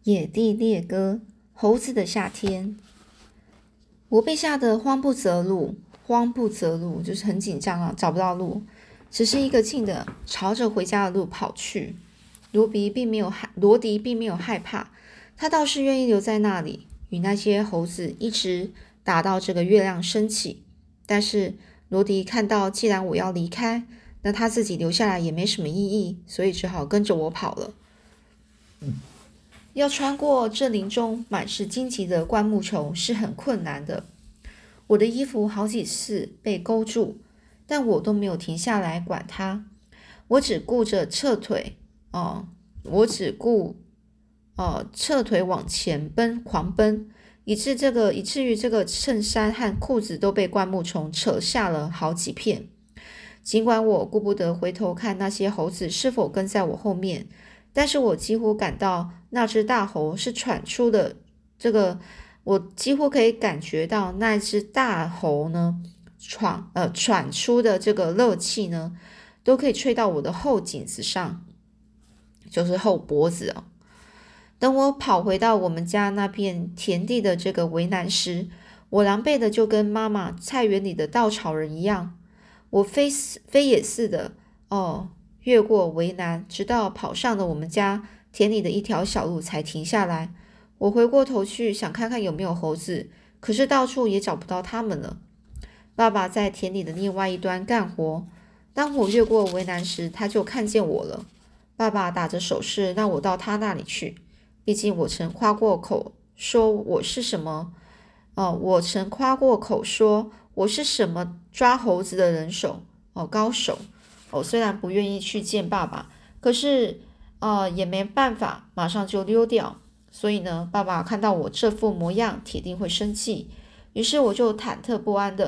野地猎歌，猴子的夏天。我被吓得慌不择路，就是很紧张啊，找不到路，只是一个劲的朝着回家的路跑去。罗迪并没有害怕，他倒是愿意留在那里，与那些猴子一直打到这个月亮升起。但是罗迪看到，既然我要离开，那他自己留下来也没什么意义，所以只好跟着我跑了。要穿过这林中满是荆棘的灌木丛是很困难的。我的衣服好几次被勾住，但我都没有停下来管它。我只顾着撤腿往前狂奔，以至于这个衬衫和裤子都被灌木丛扯下了好几片。尽管我顾不得回头看那些猴子是否跟在我后面，但是我几乎感到那只大猴是我几乎可以感觉到那只大猴呢喘出的这个热气呢，都可以吹到我的后颈子上，就是后脖子哦。等我跑回到我们家那片田地的这个围栏时，我狼狈的就跟妈妈菜园里的稻草人一样，我飞也似的越过围栏，直到跑上了我们家田里的一条小路才停下来。我回过头去想看看有没有猴子，可是到处也找不到他们了。爸爸在田里的另外一端干活，当我越过围栏时，他就看见我了。爸爸打着手势让我到他那里去，毕竟我曾夸过口说我是什么抓猴子的高手。虽然不愿意去见爸爸，可是也没办法马上就溜掉。所以呢，爸爸看到我这副模样，铁定会生气。于是我就忐忑不安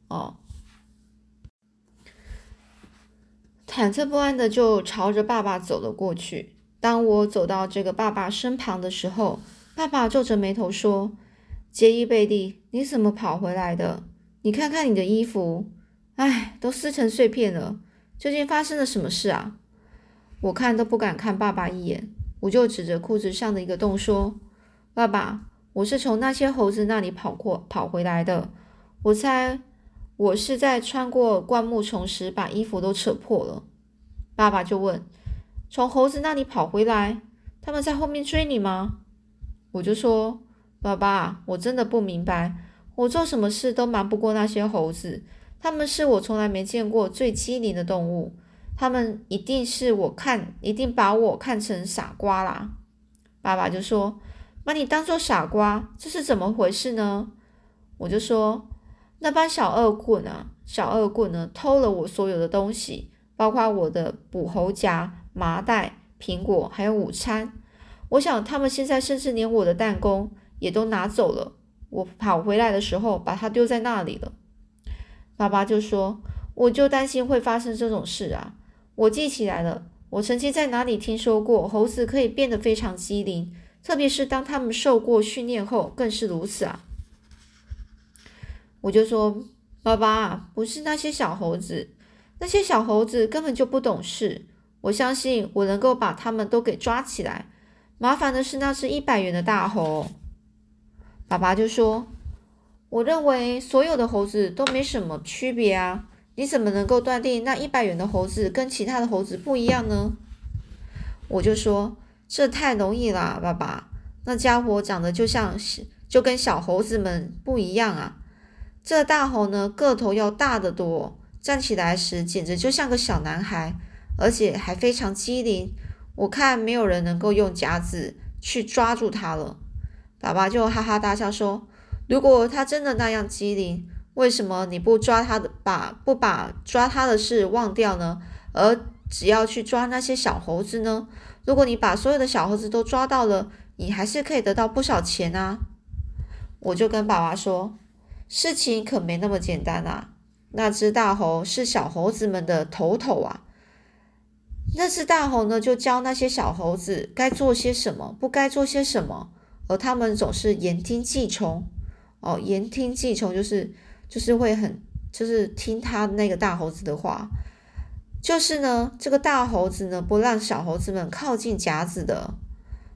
的就朝着爸爸走了过去。当我走到这个爸爸身旁的时候，爸爸皱着眉头说：“杰伊贝利，你怎么跑回来的？你看看你的衣服，都撕成碎片了。究竟发生了什么事啊？”我看都不敢看爸爸一眼，我就指着裤子上的一个洞说：“爸爸，我是从那些猴子那里跑回来的。我猜我是在穿过灌木丛时把衣服都扯破了。”爸爸就问：“从猴子那里跑回来，他们在后面追你吗？”我就说：“爸爸，我真的不明白，我做什么事都瞒不过那些猴子，他们是我从来没见过最机灵的动物。他们一定把我看成傻瓜啦。”爸爸就说：“把你当作傻瓜，这是怎么回事呢？”我就说：“那帮小恶棍呢，偷了我所有的东西，包括我的捕猴夹、麻袋、苹果，还有午餐。我想他们现在甚至连我的弹弓也都拿走了。我跑回来的时候，把它丢在那里了。”爸爸就说：“我就担心会发生这种事啊。我记起来了，我曾经在哪里听说过猴子可以变得非常机灵，特别是当他们受过训练后更是如此啊。”我就说：“爸爸，不是那些小猴子根本就不懂事，我相信我能够把他们都给抓起来。麻烦的是那只100元的大猴。”爸爸就说：“我认为所有的猴子都没什么区别啊，你怎么能够断定那100元的猴子跟其他的猴子不一样呢？”我就说：“这太容易啦，爸爸，那家伙长得就跟小猴子们不一样啊。这大猴呢，个头要大得多，站起来时简直就像个小男孩，而且还非常机灵。我看没有人能够用夹子去抓住它了。”爸爸就哈哈大笑说：“如果他真的那样机灵，为什么你不把抓他的事忘掉呢？而只要去抓那些小猴子呢？如果你把所有的小猴子都抓到了，你还是可以得到不少钱啊。”我就跟爸爸说：“事情可没那么简单啊，那只大猴是小猴子们的头啊。那只大猴呢，就教那些小猴子该做些什么，不该做些什么，而他们总是言听计从。言听计从就是会就是听他那个大猴子的话。就是呢，这个大猴子呢，不让小猴子们靠近夹子的。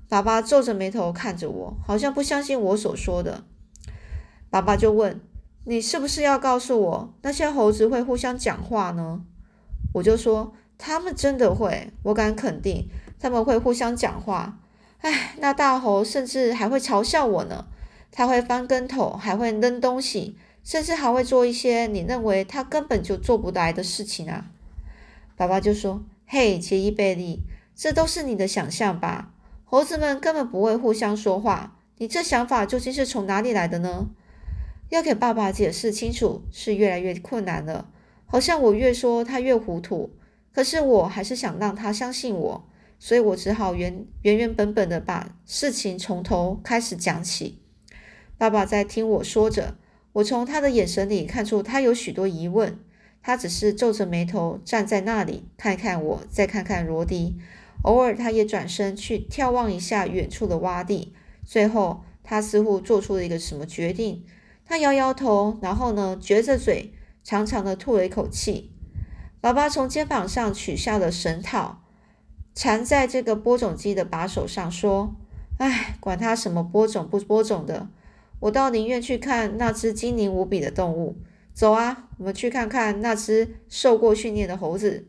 爸爸皱着眉头看着我，好像不相信我所说的。爸爸就问：你是不是要告诉我那些猴子会互相讲话呢？我就说：他们真的会，我敢肯定他们会互相讲话。那大猴甚至还会嘲笑我呢，他会翻跟头，还会扔东西，甚至还会做一些你认为他根本就做不来的事情啊。爸爸就说：嘿，杰伊贝利，这都是你的想象吧？猴子们根本不会互相说话，你这想法究竟是从哪里来的呢？要给爸爸解释清楚是越来越困难了，好像我越说他越糊涂，可是我还是想让他相信我，所以我只好原本的把事情从头开始讲起。爸爸在听我说着，我从他的眼神里看出他有许多疑问，他只是皱着眉头站在那里，看看我，再看看罗迪，偶尔他也转身去眺望一下远处的洼地，最后他似乎做出了一个什么决定，他摇摇头，然后呢，撅着嘴，长长的吐了一口气。爸爸从肩膀上取下了绳套，缠在这个播种机的把手上，说：管他什么播种不播种的，我倒宁愿去看那只精灵无比的动物。走啊，我们去看看那只受过训练的猴子。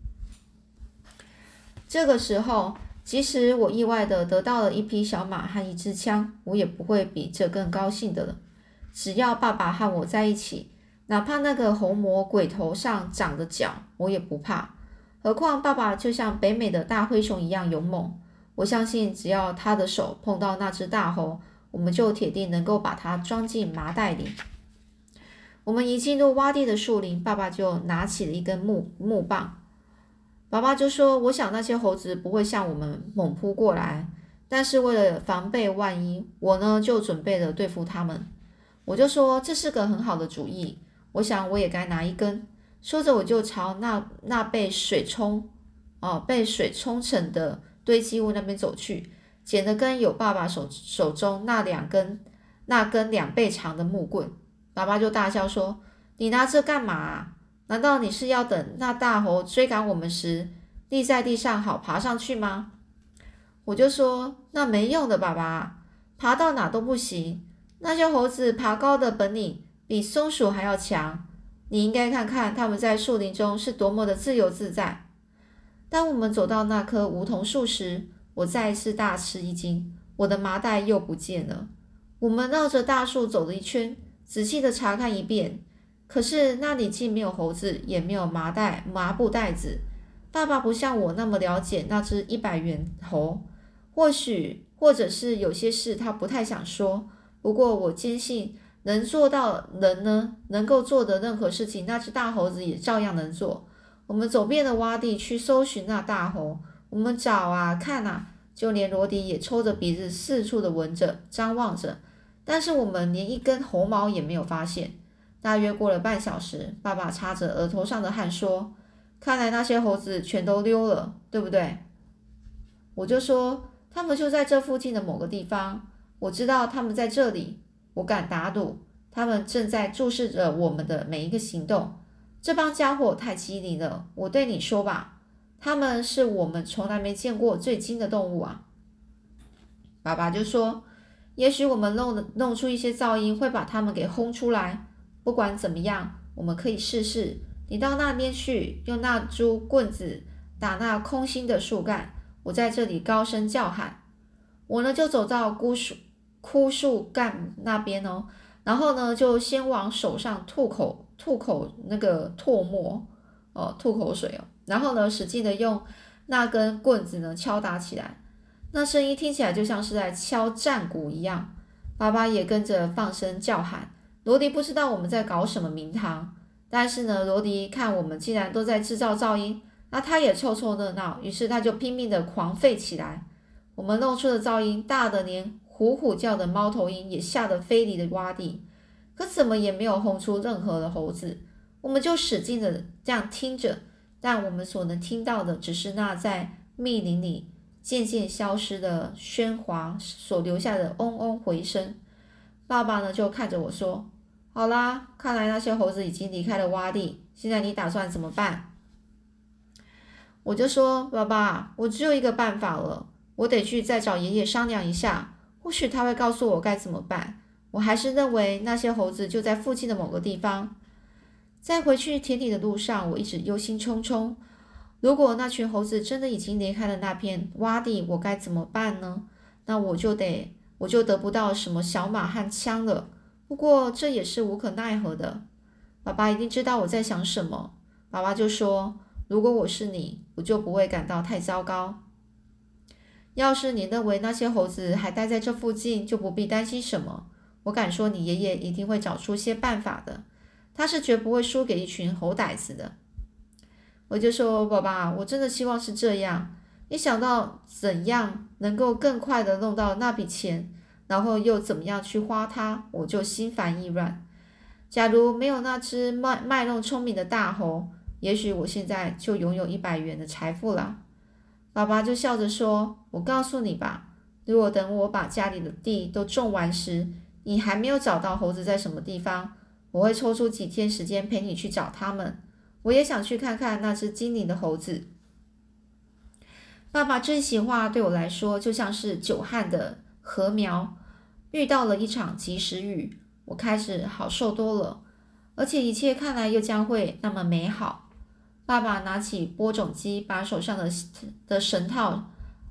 这个时候，即使我意外的得到了一匹小马和一支枪，我也不会比这更高兴的了。只要爸爸和我在一起，哪怕那个红魔鬼头上长着角，我也不怕。何况爸爸就像北美的大灰熊一样勇猛，我相信只要他的手碰到那只大猴，我们就铁定能够把它装进麻袋里。我们一进入洼地的树林，爸爸就拿起了一根木棒。爸爸就说：我想那些猴子不会向我们猛扑过来，但是为了防备万一，我呢就准备了对付他们。我就说这是个很好的主意，我想我也该拿一根。说着我就朝那被水冲成的堆积物那边走去，捡了根有爸爸手中那根2倍长的木棍。爸爸就大笑说：你拿这干嘛啊？难道你是要等那大猴追赶我们时立在地上好爬上去吗？我就说那没用的，爸爸，爬到哪都不行，那些猴子爬高的本领比松鼠还要强，你应该看看它们在树林中是多么的自由自在。当我们走到那棵梧桐树时，我再一次大吃一惊，我的麻袋又不见了。我们绕着大树走了一圈，仔细的查看一遍，可是那里既没有猴子，也没有麻布袋子。爸爸不像我那么了解那只100元猴，或者是有些事他不太想说，不过我坚信能做到人呢能够做的任何事情，那只大猴子也照样能做。我们走遍了洼地去搜寻那大猴，我们找啊看啊，就连罗迪也抽着鼻子四处的闻着张望着，但是我们连一根猴毛也没有发现。大约过了半小时，爸爸擦着额头上的汗说：看来那些猴子全都溜了，对不对？我就说他们就在这附近的某个地方，我知道他们在这里，我敢打赌他们正在注视着我们的每一个行动。这帮家伙太机灵了，我对你说吧，他们是我们从来没见过最精的动物啊。爸爸就说也许我们弄出一些噪音会把他们给轰出来，不管怎么样，我们可以试试。你到那边去，用那株棍子打那空心的树干，我在这里高声叫喊。我呢就走到枯树干那边哦，然后呢就先往手上吐口那个唾沫吐口水哦，然后呢使劲的用那根棍子呢敲打起来，那声音听起来就像是在敲战鼓一样。爸爸也跟着放声叫喊。罗迪不知道我们在搞什么名堂，但是呢罗迪看我们竟然都在制造噪音，那他也凑热闹，于是他就拼命的狂吠起来。我们弄出的噪音大的连虎虎叫的猫头鹰也吓得飞离了洼地，可怎么也没有轰出任何的猴子。我们就使劲的这样听着，但我们所能听到的只是那在密林里渐渐消失的喧哗所留下的嗡嗡回声。爸爸呢就看着我说：好啦，看来那些猴子已经离开了洼地，现在你打算怎么办？我就说：爸爸，我只有一个办法了， 我得去再找爷爷商量一下，或许他会告诉我该怎么办。我还是认为那些猴子就在附近的某个地方。在回去田里的路上，我一直忧心忡忡。如果那群猴子真的已经离开了那片洼地，我该怎么办呢？那我就得不到什么小马和枪了。不过这也是无可奈何的。爸爸一定知道我在想什么。爸爸就说，如果我是你，我就不会感到太糟糕。要是你认为那些猴子还待在这附近，就不必担心什么。我敢说你爷爷一定会找出些办法的，他是绝不会输给一群猴崽子的。我就说，爸爸，我真的希望是这样。一想到怎样能够更快的弄到那笔钱，然后又怎么样去花它，我就心烦意乱。假如没有那只卖弄聪明的大猴，也许我现在就拥有100元的财富了。爸爸就笑着说，我告诉你吧，如果等我把家里的地都种完时，你还没有找到猴子在什么地方，我会抽出几天时间陪你去找他们。我也想去看看那只精灵的猴子。爸爸这席话对我来说就像是久旱的禾苗遇到了一场及时雨，我开始好受多了，而且一切看来又将会那么美好。爸爸拿起播种机，把手上的绳套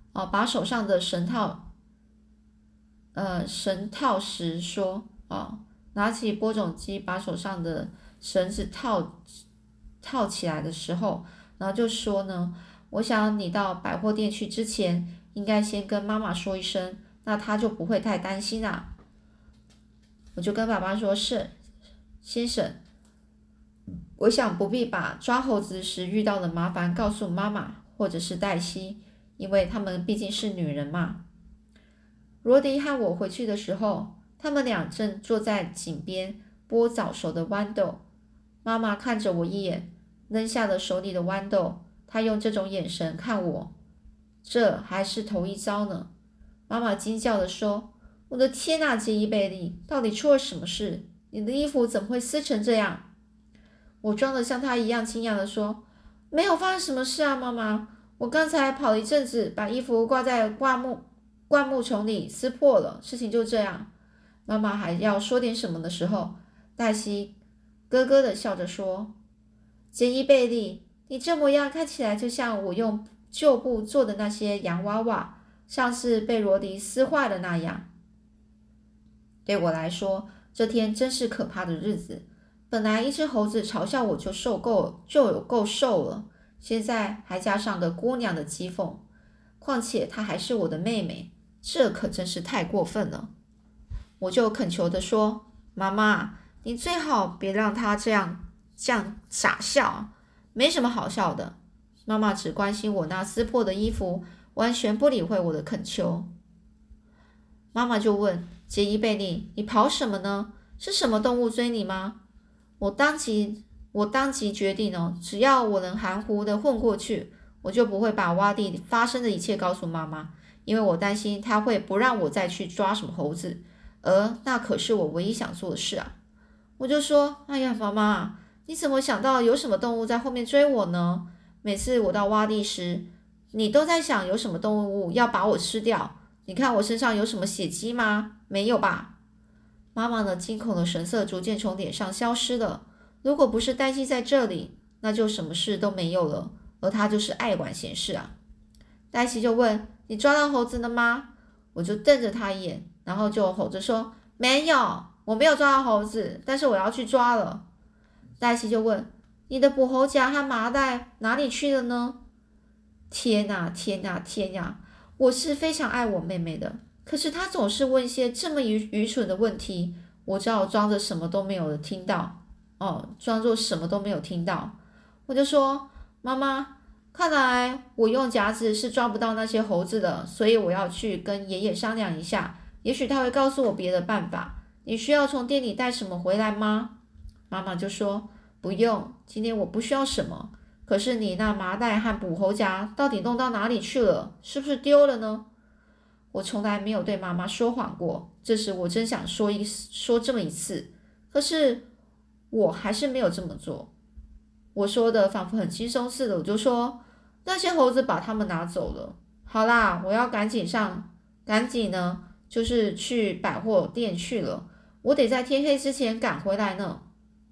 时说，拿起播种机把手上的绳子套起来的时候，然后就说呢，我想你到百货店去之前，应该先跟妈妈说一声，那她就不会太担心啦。我就跟爸爸说，是，先生，我想不必把抓猴子时遇到的麻烦告诉妈妈或者是黛西，因为她们毕竟是女人嘛。罗迪和我回去的时候，他们俩正坐在井边剥早熟的豌豆。妈妈看着我一眼，扔下了手里的豌豆。她用这种眼神看我，这还是头一遭呢。妈妈惊叫地说，我的天哪，杰伊贝利，到底出了什么事？你的衣服怎么会撕成这样？我装得像她一样惊讶地说，没有发生什么事啊，妈妈，我刚才跑了一阵子，把衣服挂在灌木丛里撕破了，事情就这样。妈妈还要说点什么的时候，黛西咯咯地笑着说，杰伊贝利，你这模样看起来就像我用旧布做的那些洋娃娃，上次被罗迪撕坏了那样。对我来说，这天真是可怕的日子。本来一只猴子嘲笑我就有够受了，现在还加上个姑娘的讥讽，况且她还是我的妹妹，这可真是太过分了。我就恳求地说，妈妈，你最好别让她这样傻笑，没什么好笑的。妈妈只关心我那撕破的衣服，完全不理会我的恳求。妈妈就问，杰伊贝利，你跑什么呢？是什么动物追你吗？我当即决定哦，只要我能含糊的混过去，我就不会把洼地发生的一切告诉妈妈，因为我担心她会不让我再去抓什么猴子，而那可是我唯一想做的事啊。我就说，哎呀，妈妈，你怎么想到有什么动物在后面追我呢？每次我到洼地时，你都在想有什么动物要把我吃掉。你看我身上有什么血迹吗？没有吧？妈妈的惊恐的神色逐渐从脸上消失了。如果不是黛西在这里，那就什么事都没有了，而她就是爱管闲事啊。黛西就问，你抓到猴子了吗？我就瞪着她一眼，然后就吼着说，没有，我没有抓到猴子，但是我要去抓了。黛西就问，你的捕猴夹和麻袋哪里去了呢？天哪，天哪，天哪！我是非常爱我妹妹的，可是她总是问一些这么愚蠢的问题，我只好装作什么都没有听到。我就说，妈妈，看来我用夹子是抓不到那些猴子的，所以我要去跟爷爷商量一下，也许他会告诉我别的办法。你需要从店里带什么回来吗？妈妈就说，不用，今天我不需要什么。可是你那麻袋和捕猴夹到底弄到哪里去了？是不是丢了呢？我从来没有对妈妈说谎过，这时我真想说这么一次，可是我还是没有这么做。我说的仿佛很轻松似的，我就说，那些猴子把它们拿走了。 好啦，我要赶紧呢，就是去百货店去了，我得在天黑之前赶回来呢。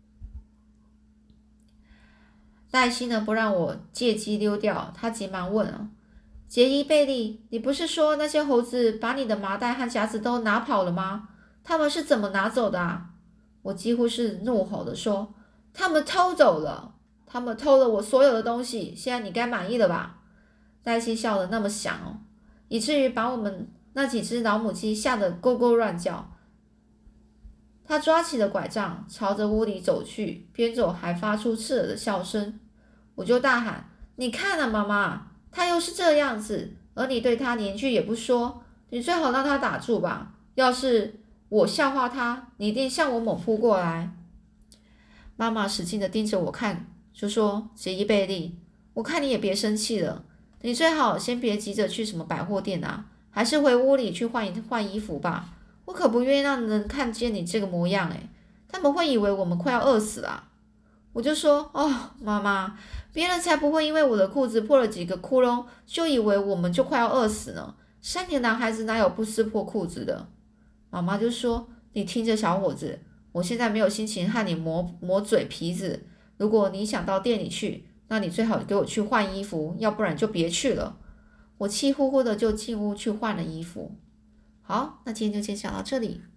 黛西呢不让我借机溜掉，他急忙问啊，杰伊贝利，你不是说那些猴子把你的麻袋和夹子都拿跑了吗？他们是怎么拿走的啊？我几乎是怒吼的说，他们偷走了，他们偷了我所有的东西，现在你该满意了吧？黛西笑得那么响哦，以至于把我们那几只老母鸡吓得咕咕乱叫。他抓起了拐杖，朝着屋里走去，边走还发出刺耳的笑声。我就大喊：“你看啊，妈妈，他又是这样子，而你对他连句也不说，你最好让他打住吧。要是我笑话他，你一定向我猛扑过来。”妈妈使劲地盯着我看，就说：“杰伊贝利，我看你也别生气了，你最好先别急着去什么百货店啊，还是回屋里去换衣服吧。我可不愿意让人看见你这个模样，他们会以为我们快要饿死了啊。”我就说：“哦，妈妈，别人才不会因为我的裤子破了几个窟窿，就以为我们就快要饿死呢。3年男孩子哪有不撕破裤子的？”妈妈就说：“你听着，小伙子，我现在没有心情和你磨嘴皮子。如果你想到店里去，那你最好给我去换衣服，要不然就别去了。”我气呼呼的就进屋去换了衣服。好，那今天就先讲到这里。